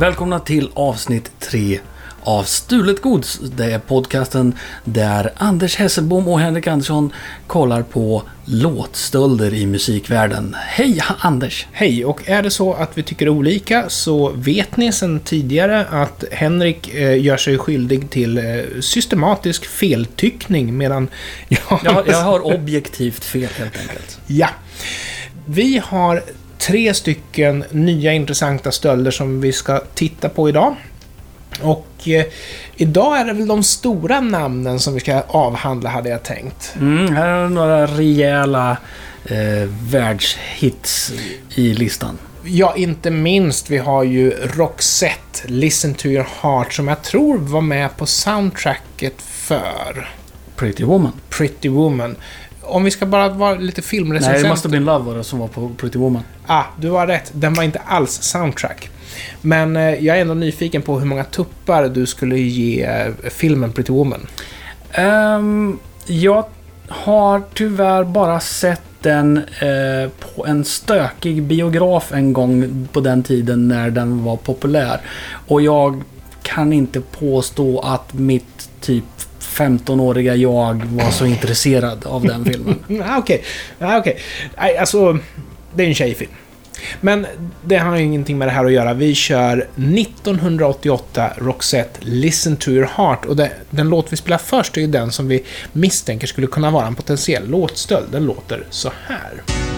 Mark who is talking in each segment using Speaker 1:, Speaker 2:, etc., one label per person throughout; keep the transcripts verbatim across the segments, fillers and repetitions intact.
Speaker 1: Välkomna till avsnitt tre av Stulet Gods. Det är podcasten där Anders Hesselbom och Henrik Andersson kollar på låtstölder i musikvärlden. Hej Anders!
Speaker 2: Hej, och är det så att vi tycker olika så vet ni sedan tidigare att Henrik eh, gör sig skyldig till eh, systematisk feltyckning medan jag...
Speaker 1: jag... Jag har objektivt fel helt enkelt.
Speaker 2: Ja. Vi har tre stycken nya intressanta stölder som vi ska titta på idag. Och eh, idag är det väl de stora namnen som vi ska avhandla, hade jag tänkt.
Speaker 1: Mm, här är några rejäla eh, världshits i listan.
Speaker 2: Ja, inte minst. Vi har ju Roxette, Listen to your heart, som jag tror var med på soundtracket för
Speaker 1: Pretty Woman.
Speaker 2: Pretty Woman. Om vi ska bara vara lite filmrecensenter.
Speaker 1: Nej, det måste bli en Love var det som var på Pretty Woman.
Speaker 2: Ah, du har rätt. Den var inte alls soundtrack. Men eh, jag är ändå nyfiken på hur många tuppar du skulle ge eh, filmen Pretty Woman.
Speaker 1: Um, jag har tyvärr bara sett den eh, på en stökig biograf en gång på den tiden när den var populär. Och jag kan inte påstå att mitt typ femtonåriga jag var så intresserad av den filmen.
Speaker 2: ah, Okej, okay. ah, okay. Alltså, det är en tjejfilm. Men det har ju ingenting med det här att göra. Vi kör nittonhundraåttioåtta Roxette, Listen to your heart. Och det, den låt vi spelar först är ju den som vi misstänker skulle kunna vara en potentiell låtstöld. Den låter så här.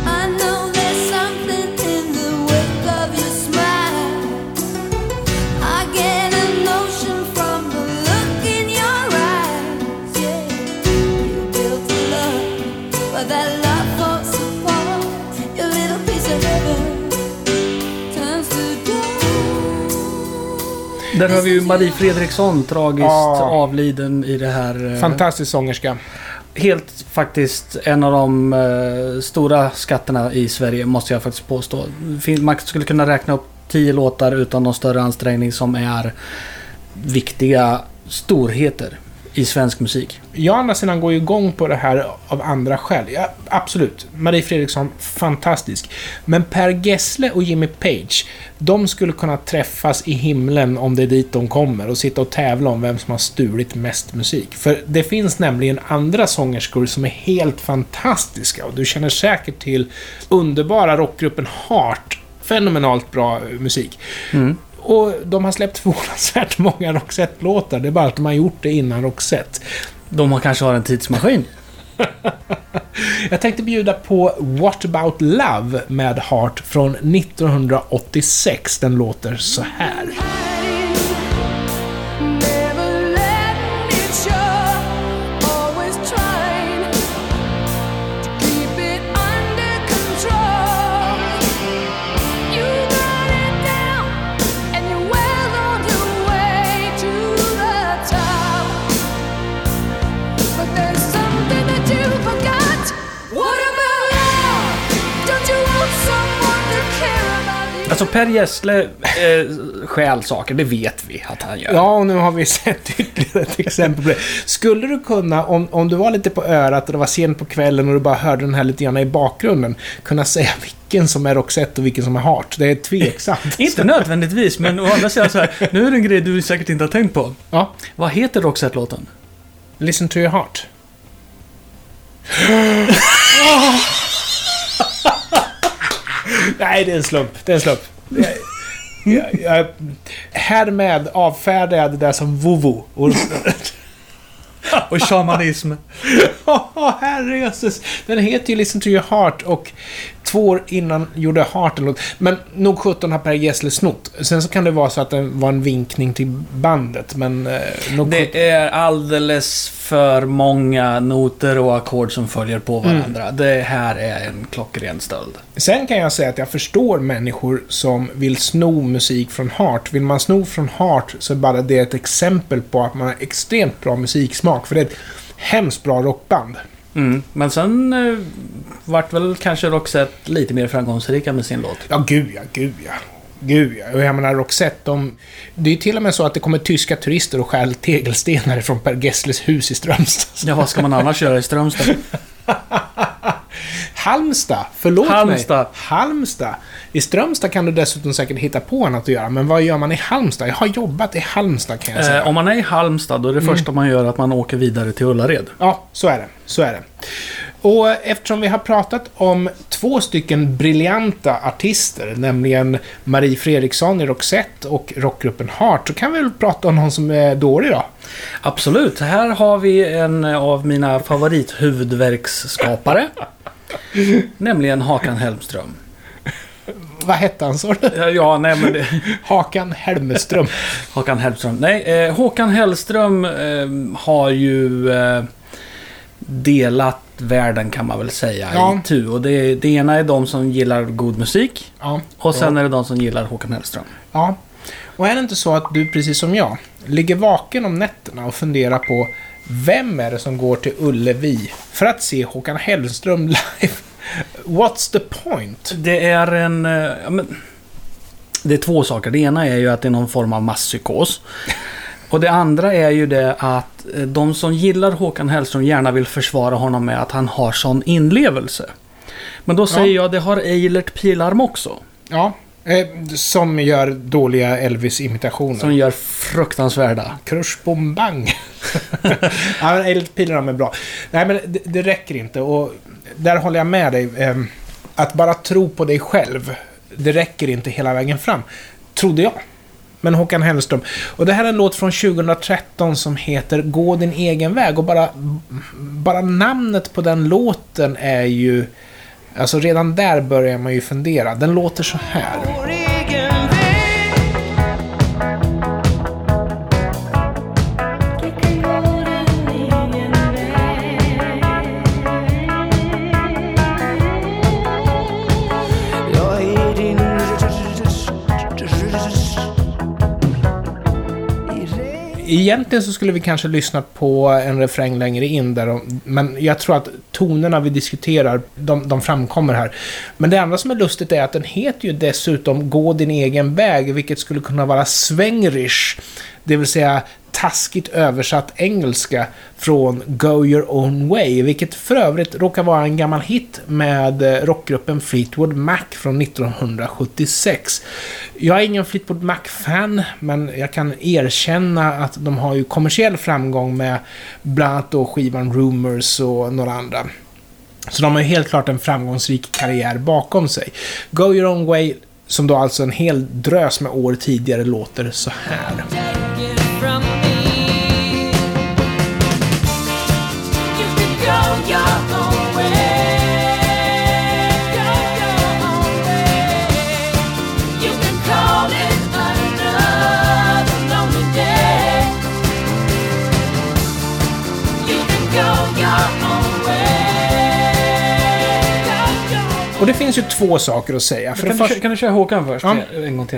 Speaker 1: Där har vi ju Marie Fredriksson, tragiskt ah, avliden i det här.
Speaker 2: Fantastisk sångerska.
Speaker 1: Helt faktiskt en av de uh, stora skatterna i Sverige, måste jag faktiskt påstå. Man skulle kunna räkna upp tio låtar utan någon större ansträngning som är viktiga storheter i svensk musik.
Speaker 2: Jag andra sidan går ju igång på det här av andra skäl. Ja, absolut. Marie Fredriksson, fantastisk. Men Per Gessle och Jimmy Page, de skulle kunna träffas i himlen om det är dit de kommer och sitta och tävla om vem som har stulit mest musik. För det finns nämligen andra sångerskor som är helt fantastiska, och du känner säkert till underbara rockgruppen Heart. Fenomenalt bra musik. Mm. Och de har släppt förvånansvärt många Roxette-låtar. Det är bara att de har gjort det innan Roxette.
Speaker 1: De har kanske har en tidsmaskin.
Speaker 2: Jag tänkte bjuda på What About Love med Heart från nittonhundraåttiosex. Den låter så här.
Speaker 1: Alltså Per Gessle eh, stjäl saker, det vet vi att han gör.
Speaker 2: Ja, och nu har vi sett ytterligare ett exempel på det. Skulle du kunna, om, om du var lite på örat och det var sent på kvällen och du bara hörde den här lite grann i bakgrunden, kunna säga vilken som är Roxette och vilken som är Heart? Det är tveksamt.
Speaker 1: Inte nödvändigtvis, men å andra sidan så här, nu är det en grej du säkert inte har tänkt på.
Speaker 2: Ja.
Speaker 1: Vad heter Roxette-låten?
Speaker 2: Listen to your heart. Nej, det är en slump. Det är en slump. Jag, jag, jag, härmed avfärdar jag det där som vovo. Och,
Speaker 1: och shamanism.
Speaker 2: oh, herrejösses. Den heter ju Listen to your heart, och två år innan gjorde Heart en låt. Men nog sjutton har Per Gessle snott. Sen så kan det vara så att det var en vinkning till bandet. Men eh, nog
Speaker 1: det sjutton... är alldeles för många noter och ackord som följer på varandra. Mm. Det här är en klockren stöld.
Speaker 2: Sen kan jag säga att jag förstår människor som vill sno musik från Heart. Vill man sno från Heart så är bara det ett exempel på att man har extremt bra musiksmak. För det är ett hemskt bra rockband.
Speaker 1: Mm. Men sen eh, vart väl kanske Roxette lite mer framgångsrika med sin låt.
Speaker 2: Ja, gud ja, gud ja. Gud ja. Och jag menar Roxette, de, det är ju till och med så att det kommer tyska turister och stjäl tegelstenar från Per Gessles hus i Strömstad.
Speaker 1: Ja, vad ska man annars göra i Strömstad?
Speaker 2: Halmstad, förlåt
Speaker 1: Halmstad.
Speaker 2: mig. Halmstad. I Strömstad kan du dessutom säkert hitta på annat att göra. Men vad gör man i Halmstad? Jag har jobbat i Halmstad, kan jag säga.
Speaker 1: Eh, om man är i Halmstad, då är det mm. första man gör att man åker vidare till Ullared.
Speaker 2: Ja, så är det. Så är det. Och eftersom vi har pratat om två stycken briljanta artister, nämligen Marie Fredriksson i Roxette och rockgruppen Heart, så kan vi väl prata om någon som är dålig då?
Speaker 1: Absolut. Här har vi en av mina favorithuvudverksskapare. Nämligen Håkan Hellström.
Speaker 2: Vad hette han, så?
Speaker 1: Ja, nej men det...
Speaker 2: Håkan Hellström.
Speaker 1: Håkan Hellström. Nej, eh, Håkan Hellström eh, har ju eh, delat världen, kan man väl säga,
Speaker 2: ja.
Speaker 1: i tu. Och det, det ena är de som gillar god musik.
Speaker 2: Ja.
Speaker 1: Och sen
Speaker 2: ja.
Speaker 1: är det de som gillar Håkan Hellström.
Speaker 2: Ja. Och är det inte så att du, precis som jag, ligger vaken om nätterna och funderar på vem är det som går till Ullevi för att se Håkan Hellström live? What's the point?
Speaker 1: Det är en... Ja, men, det är två saker. Det ena är ju att det är någon form av masspsykos. Och det andra är ju det att de som gillar Håkan Hellström gärna vill försvara honom med att han har sån inlevelse. Men då säger ja. jag, det har Eilert Pilarm också.
Speaker 2: Ja, eh, som gör dåliga Elvis-imitationer.
Speaker 1: Som gör fruktansvärda.
Speaker 2: Krusch bom bang. Ja, Eilert Pilarm är bra. Nej, men det, det räcker inte. Och där håller jag med dig. Eh, att bara tro på dig själv, det räcker inte hela vägen fram. Trodde jag. Men Håkan Hellström. Och det här är en låt från tjugohundratretton som heter Gå din egen väg. Och bara, bara namnet på den låten är ju... Alltså redan där börjar man ju fundera. Den låter så här. Egentligen så skulle vi kanske lyssna på en refräng längre in där, men jag tror att tonerna vi diskuterar, de, de framkommer här. Men det andra som är lustigt är att den heter ju dessutom Gå din egen väg, vilket skulle kunna vara svängrish, det vill säga taskigt översatt engelska från Go Your Own Way, vilket för övrigt råkar vara en gammal hit med rockgruppen Fleetwood Mac från nittonhundrasjuttiosex. Jag är ingen Fleetwood Mac-fan, men jag kan erkänna att de har ju kommersiell framgång med bland annat då skivan Rumors och några andra. Så de har ju helt klart en framgångsrik karriär bakom sig. Go Your Own Way, som då alltså en hel drös med år tidigare, låter så här. Och det finns ju två saker att säga. För
Speaker 1: kan,
Speaker 2: först...
Speaker 1: du, kan du köra Håkan först?
Speaker 2: Ja.
Speaker 1: En gång till.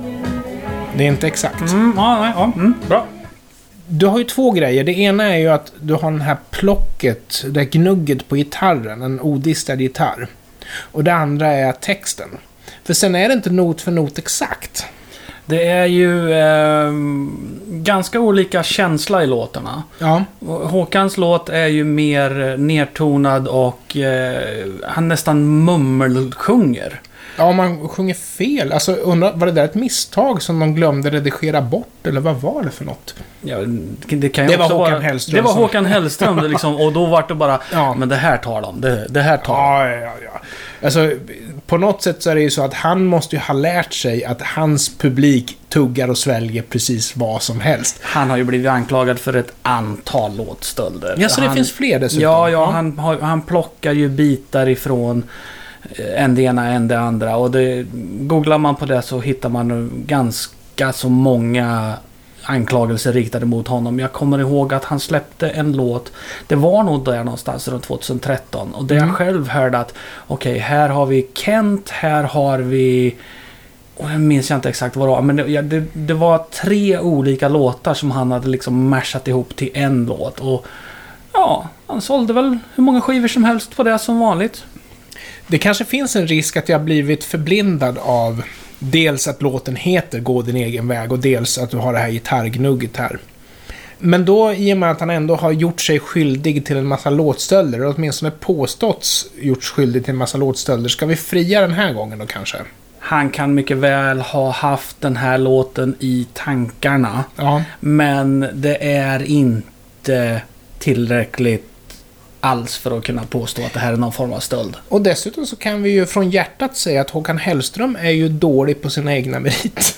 Speaker 2: Det är inte exakt.
Speaker 1: Mm, ja, nej, ja, mm, bra.
Speaker 2: Du har ju två grejer. Det ena är ju att du har den här plocket, det här gnugget på gitarren, en odistad gitarr. Och det andra är texten. För sen är det inte not för not exakt.
Speaker 1: Det är ju eh, ganska olika känsla i låtarna.
Speaker 2: Ja.
Speaker 1: Håkans låt är ju mer nedtonad och eh, han nästan mummelsjunger.
Speaker 2: Ja, man sjunger fel. Alltså, undrar, var det där ett misstag som de glömde redigera bort? Eller vad var det för något?
Speaker 1: Ja, det kan ju
Speaker 2: det var
Speaker 1: också
Speaker 2: Håkan
Speaker 1: vara,
Speaker 2: Hellström.
Speaker 1: Det var
Speaker 2: som...
Speaker 1: Håkan Hellström. Det liksom, och då var det bara,
Speaker 2: ja.
Speaker 1: men det här tar de. Det, det här tar
Speaker 2: ja, ja, ja. Alltså, på något sätt så är det ju så att han måste ju ha lärt sig att hans publik tuggar och sväljer precis vad som helst.
Speaker 1: Han har ju blivit anklagad för ett antal låtstölder.
Speaker 2: Ja, så det
Speaker 1: han,
Speaker 2: finns fler dessutom.
Speaker 1: Ja, ja, han, han plockar ju bitar ifrån en det ena, en det andra. Och det, googlar man på det så hittar man ganska så många anklagelser riktade mot honom. Jag kommer ihåg att han släppte en låt. Det var nog där någonstans runt tjugohundratretton. Och det mm. jag själv hörde att okej, okay, här har vi Kent, här har vi... Och jag minns jag inte exakt vad det var. Men det, det, det var tre olika låtar som han hade liksom mashat ihop till en låt. Och ja, han sålde väl hur många skivor som helst på det som vanligt.
Speaker 2: Det kanske finns en risk att jag blivit förblindad av dels att låten heter Gå din egen väg och dels att du har det här gitarrgnugget här. Men då, i och med att han ändå har gjort sig skyldig till en massa låtstölder, eller åtminstone påståtts gjort skyldig till en massa låtstölder, ska vi fria den här gången då kanske?
Speaker 1: Han kan mycket väl ha haft den här låten i tankarna.
Speaker 2: Ja.
Speaker 1: Men det är inte tillräckligt alls för att kunna påstå att det här är någon form av stöld.
Speaker 2: Och dessutom så kan vi ju från hjärtat säga att Håkan Hellström är ju dålig på sina egna meriter.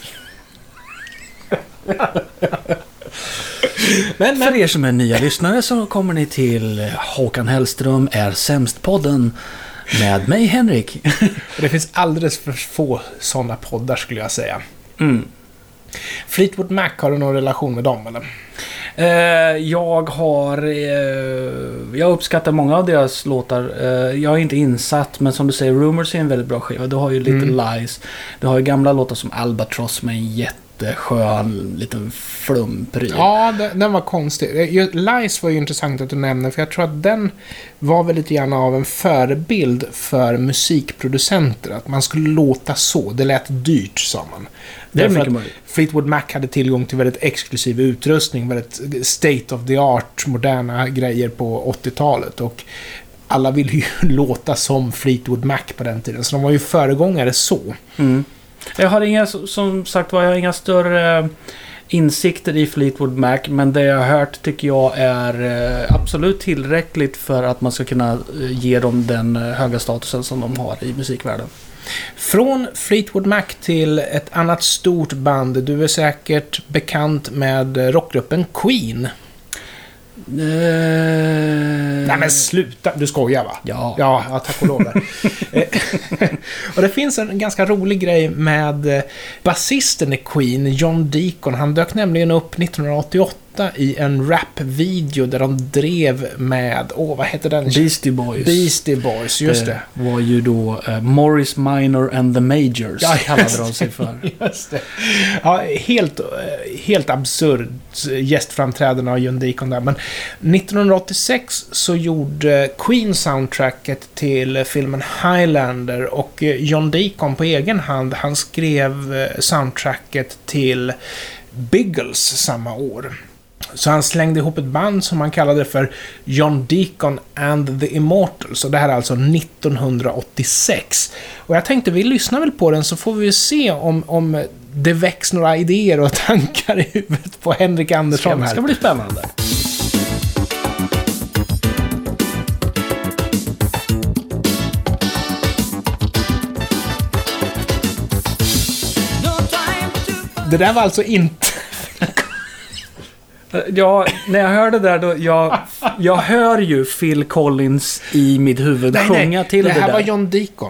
Speaker 2: men, men...
Speaker 1: För er som är nya lyssnare så kommer ni till Håkan Hellström är sämst-podden med mig, Henrik.
Speaker 2: Det finns alldeles för få sådana poddar skulle jag säga.
Speaker 1: Mm.
Speaker 2: Fleetwood Mac, har du någon relation med dem eller?
Speaker 1: Eh, jag har eh, jag uppskattar många av deras låtar. eh, Jag är inte insatt, men som du säger, Rumors är en väldigt bra skiva. Du har ju Little
Speaker 2: Mm.
Speaker 1: Lies. Du har ju gamla låtar som Albatross med en jätteskön liten flumpryl.
Speaker 2: Ja, den, den var konstig. Ju- Lies var ju intressant att du nämner, för jag tror att den var väl lite grann av en förebild för musikproducenter. Att man skulle låta så. Det lät dyrt, sa man.
Speaker 1: Det är
Speaker 2: Därför
Speaker 1: mycket
Speaker 2: att
Speaker 1: möjligt.
Speaker 2: Fleetwood Mac hade tillgång till väldigt exklusiv utrustning, väldigt state of the art, moderna grejer på åttiotalet, och alla ville ju låta som Fleetwood Mac på den tiden, så de var ju föregångare så.
Speaker 1: Mm. Jag har inga, som sagt var, jag har inga större insikter i Fleetwood Mac, men det jag har hört tycker jag är eh, absolut tillräckligt för att man ska kunna eh, ge dem den eh, höga statusen som de har i musikvärlden.
Speaker 2: Från Fleetwood Mac till ett annat stort band. Du är säkert bekant med rockgruppen Queen.
Speaker 1: Eh...
Speaker 2: Nej men sluta, du skojar va?
Speaker 1: Ja.
Speaker 2: Ja, ja tack och lov där. Och det finns en ganska rolig grej med basisten i Queen, John Deacon. Han dök nämligen upp nittonhundraåttioåtta i en rap-video där de drev med, åh oh, vad heter den?
Speaker 1: Beastie Boys.
Speaker 2: Beastie Boys, just det.
Speaker 1: Det var ju då uh, Morris Minor and the Majors,
Speaker 2: Ja,
Speaker 1: kallade de sig för.
Speaker 2: Just det. Ja, helt, helt absurd gästframträdande av John Deacon där. Men nittonhundraåttiosex så gjorde Queen soundtracket till filmen Highlander, och John Deacon på egen hand, han skrev soundtracket till Biggles samma år. Så han slängde ihop ett band som han kallade för John Deacon and the Immortals. Och det här är alltså nittonhundraåttiosex. Och jag tänkte, vi lyssnar väl på den, så får vi se om, om det väcks några idéer och tankar i huvudet på Henrik Andersson här.
Speaker 1: Det ska bli spännande.
Speaker 2: Det där var alltså inte...
Speaker 1: Ja, när jag hör det där då, jag, jag hör ju Phil Collins i mitt huvud
Speaker 2: Nej,
Speaker 1: sjunga
Speaker 2: nej,
Speaker 1: till
Speaker 2: det
Speaker 1: det,
Speaker 2: här
Speaker 1: där.
Speaker 2: var John Deacon.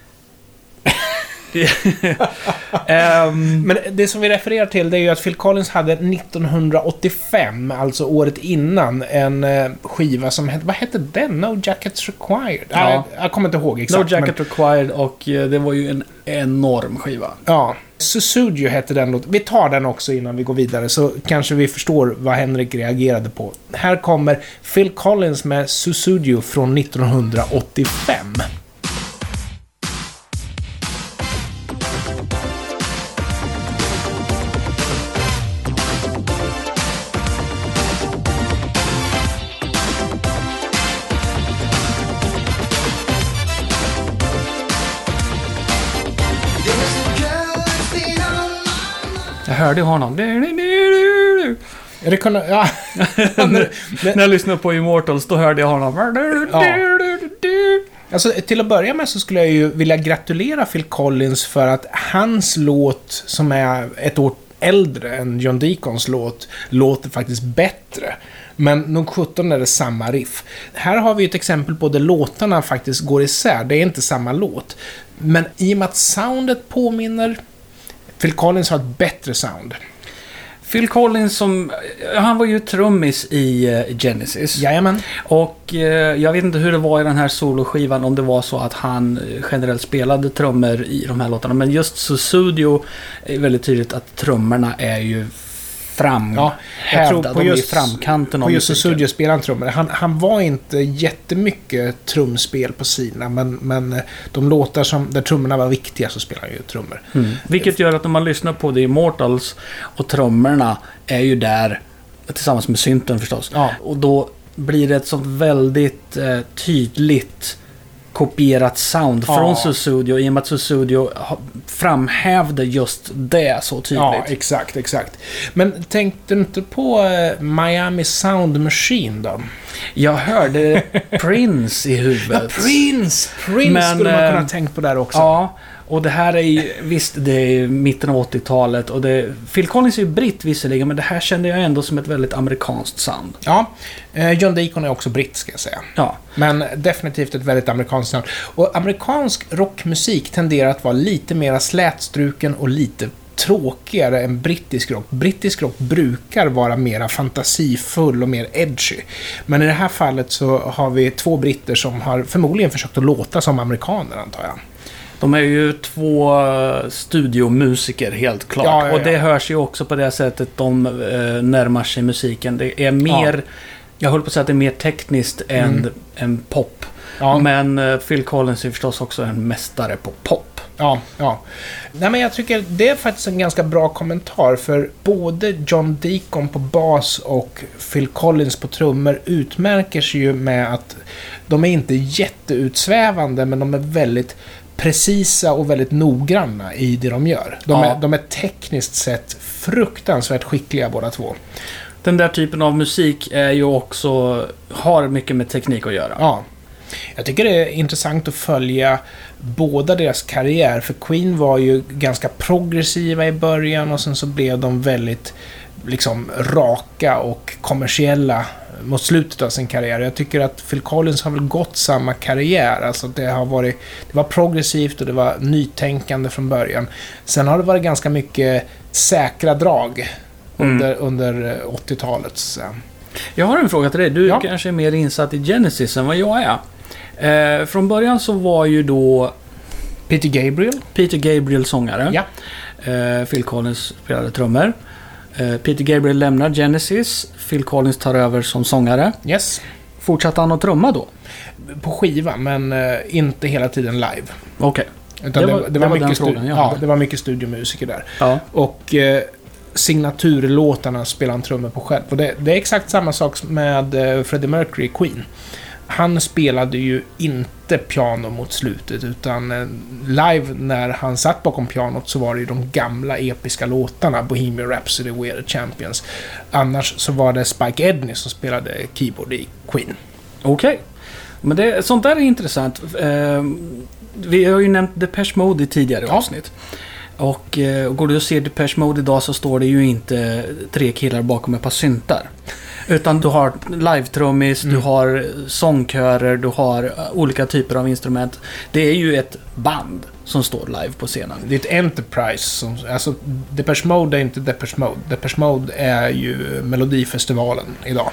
Speaker 1: um,
Speaker 2: Men det som vi refererar till, det är ju att Phil Collins hade nittonhundraåttiofem, alltså året innan, en eh, skiva som hette, vad hette den? No Jackets Required?
Speaker 1: Ja.
Speaker 2: Jag, jag kommer inte ihåg exakt.
Speaker 1: No Jacket Required, och eh, det var ju en enorm skiva.
Speaker 2: Men, ja, Susudio hette den låten. Vi tar den också innan vi går vidare, så kanske vi förstår vad Henrik reagerade på. Här kommer Phil Collins med Susudio från nittonhundraåttiofem.
Speaker 1: Jag hörde honom.
Speaker 2: Är det kunna... Ja.
Speaker 1: När jag lyssnade på Immortals, då hörde jag honom.
Speaker 2: Alltså, till att börja med så skulle jag ju vilja gratulera Phil Collins för att hans låt, som är ett år äldre än John Deacons låt, låter faktiskt bättre. Men nog sjutton är det samma riff. Här har vi ett exempel på där låtarna faktiskt går isär. Det är inte samma låt. Men i och med att soundet påminner... Phil Collins har ett bättre sound.
Speaker 1: Phil Collins, som, han var ju trummis i uh, Genesis.
Speaker 2: Jajamän.
Speaker 1: Och uh, jag vet inte hur det var i den här soloskivan, om det var så att han generellt spelade trummor i de här låtarna. Men just Susudio är väldigt tydligt att trummorna är ju fram.
Speaker 2: Ja, jag tror på
Speaker 1: de
Speaker 2: just,
Speaker 1: är i framkanten
Speaker 2: på
Speaker 1: av
Speaker 2: just
Speaker 1: musiken.
Speaker 2: Susudio spelar han trummor. Han, han var inte jättemycket trumspel på sina, men, men de låtar som, där trummorna var viktiga, så spelar han ju trummor.
Speaker 1: Mm. Vilket gör att när man lyssnar på The Immortals och trummorna är ju där tillsammans med synten förstås.
Speaker 2: Ja.
Speaker 1: Och då blir det ett så väldigt eh, tydligt kopierat sound
Speaker 2: Ja.
Speaker 1: från Sussudio i och med att Sussudio framhävde just det så tydligt.
Speaker 2: Ja, exakt, exakt. Men tänkte du inte på eh, Miami Sound Machine då?
Speaker 1: Jag hörde Prince i huvudet.
Speaker 2: Ja, Prince! Prince
Speaker 1: Men,
Speaker 2: skulle man kunna
Speaker 1: eh,
Speaker 2: tänkt på där också.
Speaker 1: Ja, och det här är ju, visst det är mitten av åttiotalet och det, Phil Collins är ju britt visserligen, men det här kände jag ändå som ett väldigt amerikanskt sound.
Speaker 2: Ja, eh, John Deacon är också britt ska jag säga.
Speaker 1: Ja.
Speaker 2: Men definitivt ett väldigt amerikanskt sound. Och amerikansk rockmusik tenderar att vara lite mer slätstruken och lite tråkigare än brittisk rock. Brittisk rock brukar vara mer fantasifull och mer edgy. Men i det här fallet så har vi två britter som har förmodligen försökt att låta som amerikaner, antar jag.
Speaker 1: De är ju två studiomusiker helt klart.
Speaker 2: Ja, ja, ja.
Speaker 1: Och det hörs ju också på det sättet de eh, närmar sig musiken. Det är mer, ja. jag håller på att säga att det är mer tekniskt än,
Speaker 2: Mm.
Speaker 1: än pop.
Speaker 2: Ja.
Speaker 1: Men eh, Phil Collins är förstås också en mästare på pop.
Speaker 2: Ja, ja. Nej, men jag tycker det är faktiskt en ganska bra kommentar, för både John Deacon på bas och Phil Collins på trummor utmärker sig ju med att de är inte jätteutsvävande, men de är väldigt precisa och väldigt noggranna i det de gör. De,
Speaker 1: Ja.
Speaker 2: är, de är tekniskt sett fruktansvärt skickliga båda två.
Speaker 1: Den där typen av musik är ju också, har mycket med teknik att göra.
Speaker 2: Ja. Jag tycker det är intressant att följa båda deras karriär, för Queen var ju ganska progressiva i början och sen så blev de väldigt liksom raka och kommersiella mot slutet av sin karriär. Jag tycker att Phil Collins har väl gått samma karriär, alltså det har varit, det var progressivt och det var nytänkande från början. Sen har det varit ganska mycket säkra drag under, mm. under åttiotalet. Så.
Speaker 1: Jag har en fråga till dig. Du
Speaker 2: Ja.
Speaker 1: kanske är mer insatt i Genesis än vad jag är. Eh, från början så var ju då
Speaker 2: Peter Gabriel.
Speaker 1: Peter Gabriel sångare.
Speaker 2: Ja.
Speaker 1: Eh, Phil Collins spelade trummor. Eh, Peter Gabriel lämnar Genesis. Phil Collins tar över som sångare.
Speaker 2: Yes.
Speaker 1: Fortsatte han att trumma då?
Speaker 2: På skiva, men eh, inte hela tiden live.
Speaker 1: Okej.
Speaker 2: Utan
Speaker 1: Det
Speaker 2: det,
Speaker 1: var-
Speaker 2: var, det,
Speaker 1: det
Speaker 2: var
Speaker 1: var den
Speaker 2: mycket stu-
Speaker 1: frågan jag
Speaker 2: ja,
Speaker 1: hade.
Speaker 2: det var mycket studiomusiker där.
Speaker 1: Ja.
Speaker 2: Och eh, signaturlåtarna spelar han trummor på själv. Och det, det är exakt samma sak med eh, Freddie Mercury i Queen. Han spelade ju inte piano mot slutet, utan eh, live när han satt bakom pianot så var det ju de gamla episka låtarna, Bohemian Rhapsody, We Are The Champions. Annars så var det Spike Edney som spelade keyboard i Queen.
Speaker 1: Okej. Men det, sånt där är intressant. Eh, vi har ju nämnt Depeche Mode i tidigare
Speaker 2: Ja.
Speaker 1: avsnitt. Och eh, går du och ser Depeche Mode idag så står det ju inte tre killar bakom ett par syntar. Utan du har live-trummis,
Speaker 2: Mm.
Speaker 1: du har sångkörer, du har eh, olika typer av instrument. Det är ju ett band som står live på scenen.
Speaker 2: Det är ett Enterprise som, alltså Depeche Mode är inte Depeche Mode. Depeche Mode är ju Melodifestivalen idag.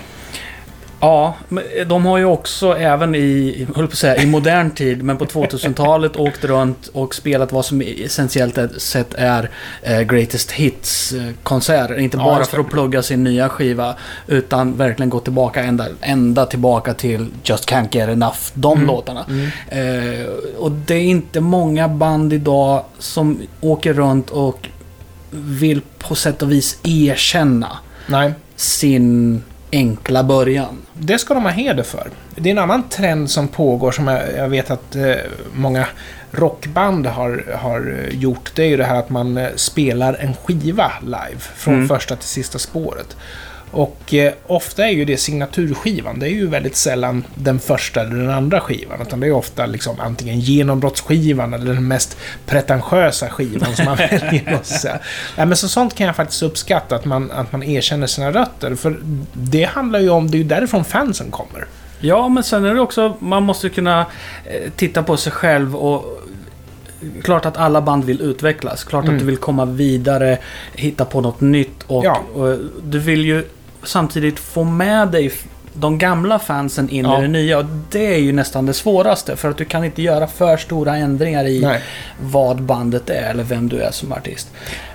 Speaker 1: Ja, men de har ju också även i, höll på att säga, i modern tid, men på tvåtusentalet åkt runt och spelat vad som essentiellt sett är eh, Greatest Hits-konserter. Inte
Speaker 2: Ja,
Speaker 1: bara
Speaker 2: just det.
Speaker 1: för att plugga sin nya skiva, utan verkligen gå tillbaka ända, ända tillbaka till Just Can't Get Enough, de
Speaker 2: Mm.
Speaker 1: låtarna.
Speaker 2: Mm.
Speaker 1: Eh, och det är inte många band idag som åker runt och vill på sätt och vis erkänna
Speaker 2: Nej.
Speaker 1: sin enkla början.
Speaker 2: Det ska de ha heder för. Det är en annan trend som pågår som jag, jag vet att eh, många rockband har, har gjort. Det är ju det här att man eh, spelar en skiva live från
Speaker 1: Mm.
Speaker 2: första till sista spåret. Och eh, ofta är ju det signaturskivan. Det är ju väldigt sällan den första eller den andra skivan. Utan det är ofta liksom antingen genombrottsskivan eller den mest pretentiösa skivan som man väljer att säga. Ja, men så sånt kan jag faktiskt uppskatta, att man, att man erkänner sina rötter. För det handlar ju om, det är ju därifrån fansen kommer.
Speaker 1: Ja, men sen är det också, man måste kunna eh, titta på sig själv och klart att alla band vill utvecklas. Klart
Speaker 2: Mm.
Speaker 1: att du vill komma vidare, hitta på något nytt och,
Speaker 2: Ja.
Speaker 1: och du vill ju samtidigt få med dig de gamla fansen in
Speaker 2: Ja.
Speaker 1: i det nya, och det är ju nästan det svåraste, för att du kan inte göra för stora ändringar i
Speaker 2: Nej.
Speaker 1: vad bandet är eller vem du är som artist.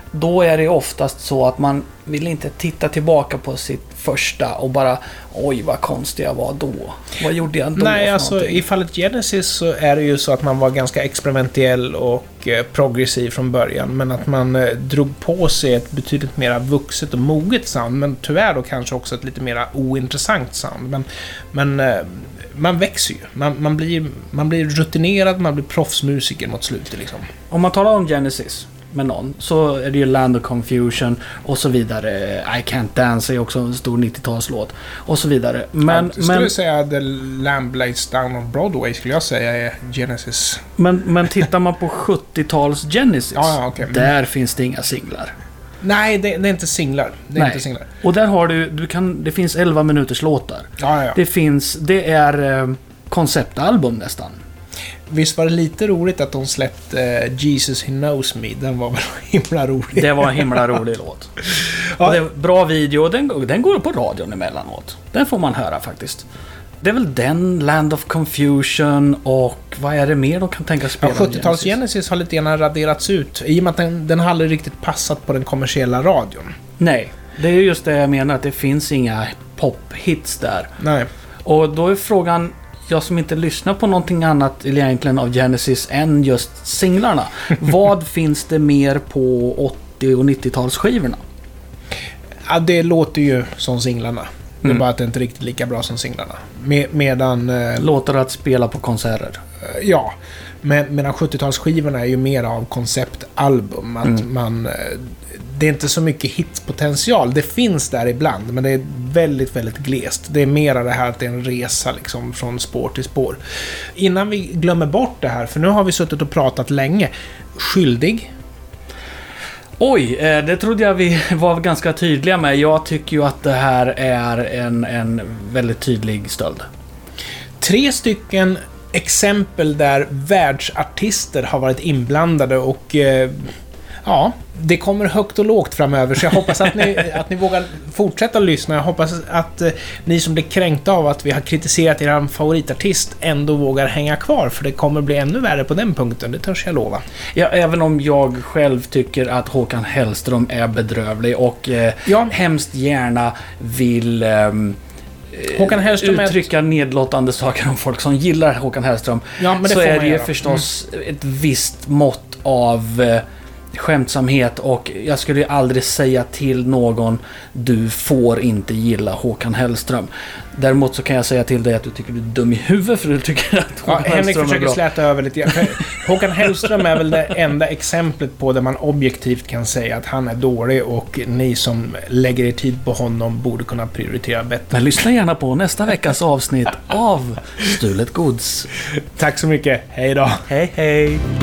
Speaker 1: då är det oftast så att man vill inte titta tillbaka på sitt första och bara, oj vad konstig jag var då. Vad gjorde jag då?
Speaker 2: Nej, alltså i fallet Genesis så är det ju så att man var ganska experimentell och eh, progressiv från början, men att man eh, drog på sig ett betydligt mer vuxet och moget sound, men tyvärr då kanske också ett lite mer ointressant sound. Men, men eh, man växer ju. Man, man, blir, man blir rutinerad, man blir proffsmusiker mot slutet liksom.
Speaker 1: Om man talar om Genesis med någon så är det ju Land of Confusion och så vidare. I Can't Dance är också en stor nittiotalslåt och så vidare. Men,
Speaker 2: jag skulle
Speaker 1: men,
Speaker 2: säga The Lamb Lays Down on Broadway skulle jag säga är Genesis.
Speaker 1: Men, men tittar man på sjuttio-tals Genesis,
Speaker 2: ja, ja, okay. mm.
Speaker 1: där finns det inga singlar.
Speaker 2: Nej, det, det är inte singlar. Det är
Speaker 1: Nej.
Speaker 2: inte singlar.
Speaker 1: Och där har du, du kan, det finns elva minuters låtar.
Speaker 2: Ja, ja.
Speaker 1: Det finns, det är eh, konceptalbum nästan.
Speaker 2: Visst var det lite roligt att de släppte uh, Jesus He Knows Me. Den var väl himla rolig.
Speaker 1: Det var en himla rolig låt. Ja. Och det är bra video. Den, den går på radion emellanåt. Den får man höra faktiskt. Det är väl den, Land of Confusion och vad är det mer de kan tänka spela?
Speaker 2: Ja, sjuttio-tals Genesis har lite grann raderats ut. I och med att den, den har aldrig riktigt passat på den kommersiella radion.
Speaker 1: Nej, det är just det jag menar. Att det finns inga pop-hits där.
Speaker 2: Nej.
Speaker 1: Och då är frågan, jag som inte lyssnar på någonting annat egentligen av Genesis än just singlarna. Vad finns det mer på åttio- och nittio-talsskivorna?
Speaker 2: Ja, det låter ju som singlarna. Det är
Speaker 1: Mm.
Speaker 2: bara att det inte är riktigt lika bra som singlarna. Med, medan... Eh,
Speaker 1: Låter att spela på konserter.
Speaker 2: eh, ja. Med, medan sjuttio-talsskivorna är ju mer av konceptalbum. Att
Speaker 1: Mm.
Speaker 2: man... Eh, det är inte så mycket hitpotential. Det finns där ibland, men det är väldigt, väldigt glest. Det är mer det här att det är en resa liksom från spår till spår. Innan vi glömmer bort det här, för nu har vi suttit och pratat länge. Skyldig.
Speaker 1: Oj, eh, det trodde jag vi var ganska tydliga med. Jag tycker ju att det här är en, en väldigt tydlig stöld.
Speaker 2: Tre stycken exempel där världsartister har varit inblandade och eh, ja, det kommer högt och lågt framöver, så jag hoppas att ni, att ni vågar fortsätta lyssna. Jag hoppas att eh, ni som blir kränkta av att vi har kritiserat er favoritartist ändå vågar hänga kvar, för det kommer bli ännu värre på den punkten, det törs jag lova.
Speaker 1: Ja, även om jag själv tycker att Håkan Hellström är bedrövlig och eh,
Speaker 2: Ja.
Speaker 1: hemskt gärna vill ehm,
Speaker 2: Håkan Hellström
Speaker 1: uttrycka nedlåtande saker om folk som gillar Håkan Hellström.
Speaker 2: Ja, men det
Speaker 1: så
Speaker 2: får
Speaker 1: är
Speaker 2: man
Speaker 1: det ju
Speaker 2: göra.
Speaker 1: förstås ett visst mått av eh, skämtsamhet, och jag skulle ju aldrig säga till någon, du får inte gilla Håkan Hellström. Däremot så kan jag säga till dig att du tycker du är dum i huvudet för du tycker att
Speaker 2: Ja,
Speaker 1: Håkan
Speaker 2: Henrik
Speaker 1: Hellström är
Speaker 2: försöker
Speaker 1: bra.
Speaker 2: släta över lite grann. Håkan Hellström är väl det enda exemplet på där man objektivt kan säga att han är dålig, och ni som lägger er tid på honom borde kunna prioritera bättre.
Speaker 1: Men lyssna gärna på nästa veckas avsnitt av Stulet Gods.
Speaker 2: Tack så mycket, hej då!
Speaker 1: Hej hej!